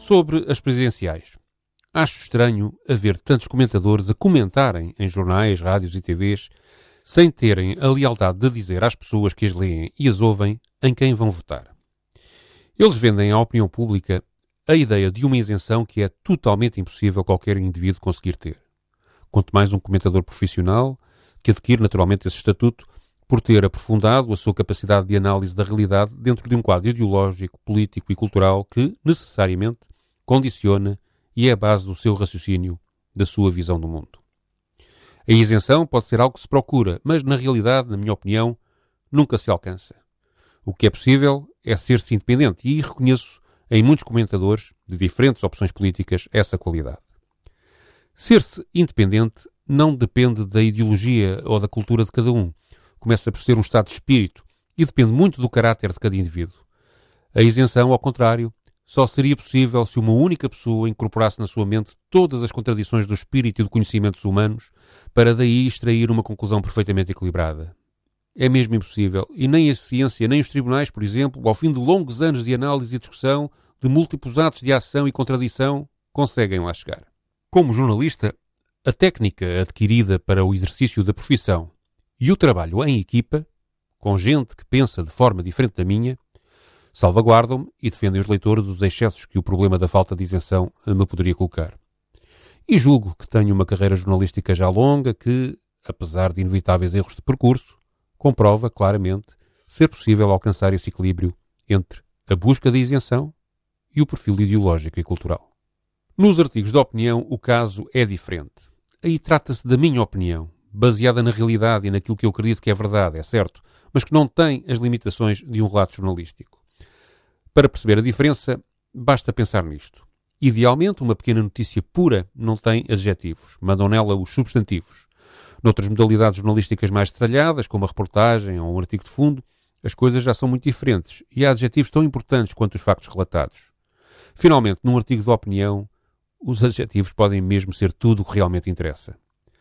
Sobre as presidenciais. Acho estranho haver tantos comentadores a comentarem em jornais, rádios e TVs sem terem a lealdade de dizer às pessoas que as leem e as ouvem em quem vão votar. Eles vendem à opinião pública a ideia de uma isenção que é totalmente impossível qualquer indivíduo conseguir ter. Quanto mais um comentador profissional, que adquire naturalmente esse estatuto por ter aprofundado a sua capacidade de análise da realidade dentro de um quadro ideológico, político e cultural que, necessariamente, condiciona e é a base do seu raciocínio, da sua visão do mundo. A isenção pode ser algo que se procura, mas, na realidade, na minha opinião, nunca se alcança. O que é possível é ser-se independente e reconheço em muitos comentadores de diferentes opções políticas essa qualidade. Ser-se independente não depende da ideologia ou da cultura de cada um. Começa por ser um estado de espírito e depende muito do caráter de cada indivíduo. A isenção, ao contrário, só seria possível se uma única pessoa incorporasse na sua mente todas as contradições do espírito e do conhecimento humanos para daí extrair uma conclusão perfeitamente equilibrada. É mesmo impossível, e nem a ciência nem os tribunais, por exemplo, ao fim de longos anos de análise e discussão, de múltiplos atos de ação e contradição, conseguem lá chegar. Como jornalista, a técnica adquirida para o exercício da profissão e o trabalho em equipa, com gente que pensa de forma diferente da minha, salvaguardam-me e defendem os leitores dos excessos que o problema da falta de isenção me poderia colocar. E julgo que tenho uma carreira jornalística já longa que, apesar de inevitáveis erros de percurso, comprova claramente ser possível alcançar esse equilíbrio entre a busca da isenção e o perfil ideológico e cultural. Nos artigos de opinião, o caso é diferente. Aí trata-se da minha opinião, baseada na realidade e naquilo que eu acredito que é verdade, é certo, mas que não tem as limitações de um relato jornalístico. Para perceber a diferença, basta pensar nisto. Idealmente, uma pequena notícia pura não tem adjetivos, mandam nela os substantivos. Noutras modalidades jornalísticas mais detalhadas, como a reportagem ou um artigo de fundo, as coisas já são muito diferentes e há adjetivos tão importantes quanto os factos relatados. Finalmente, num artigo de opinião, os adjetivos podem mesmo ser tudo o que realmente interessa.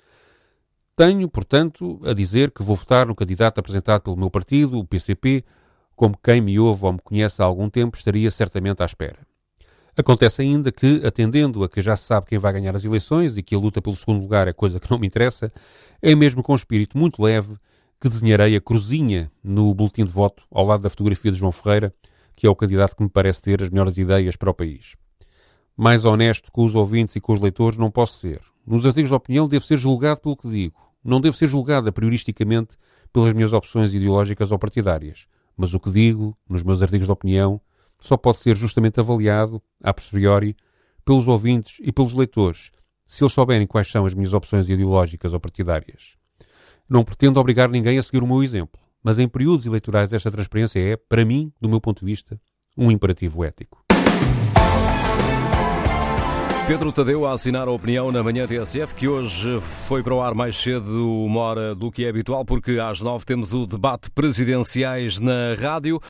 Tenho, portanto, a dizer que vou votar no candidato apresentado pelo meu partido, o PCP, como quem me ouve ou me conhece há algum tempo estaria certamente à espera. Acontece ainda que, atendendo a que já se sabe quem vai ganhar as eleições e que a luta pelo segundo lugar é coisa que não me interessa, é mesmo com um espírito muito leve que desenharei a cruzinha no boletim de voto ao lado da fotografia de João Ferreira, que é o candidato que me parece ter as melhores ideias para o país. Mais honesto com os ouvintes e com os leitores não posso ser. Nos artigos de opinião devo ser julgado pelo que digo. Não devo ser julgado a prioristicamente pelas minhas opções ideológicas ou partidárias. Mas o que digo, nos meus artigos de opinião, só pode ser justamente avaliado, a posteriori, pelos ouvintes e pelos leitores, se eles souberem quais são as minhas opções ideológicas ou partidárias. Não pretendo obrigar ninguém a seguir o meu exemplo, mas em períodos eleitorais esta transparência é, para mim, do meu ponto de vista, um imperativo ético. Pedro Tadeu a assinar a opinião na Manhã TSF, que hoje foi para o ar mais cedo, uma hora do que é habitual, porque às 9 temos o debate presidenciais na rádio.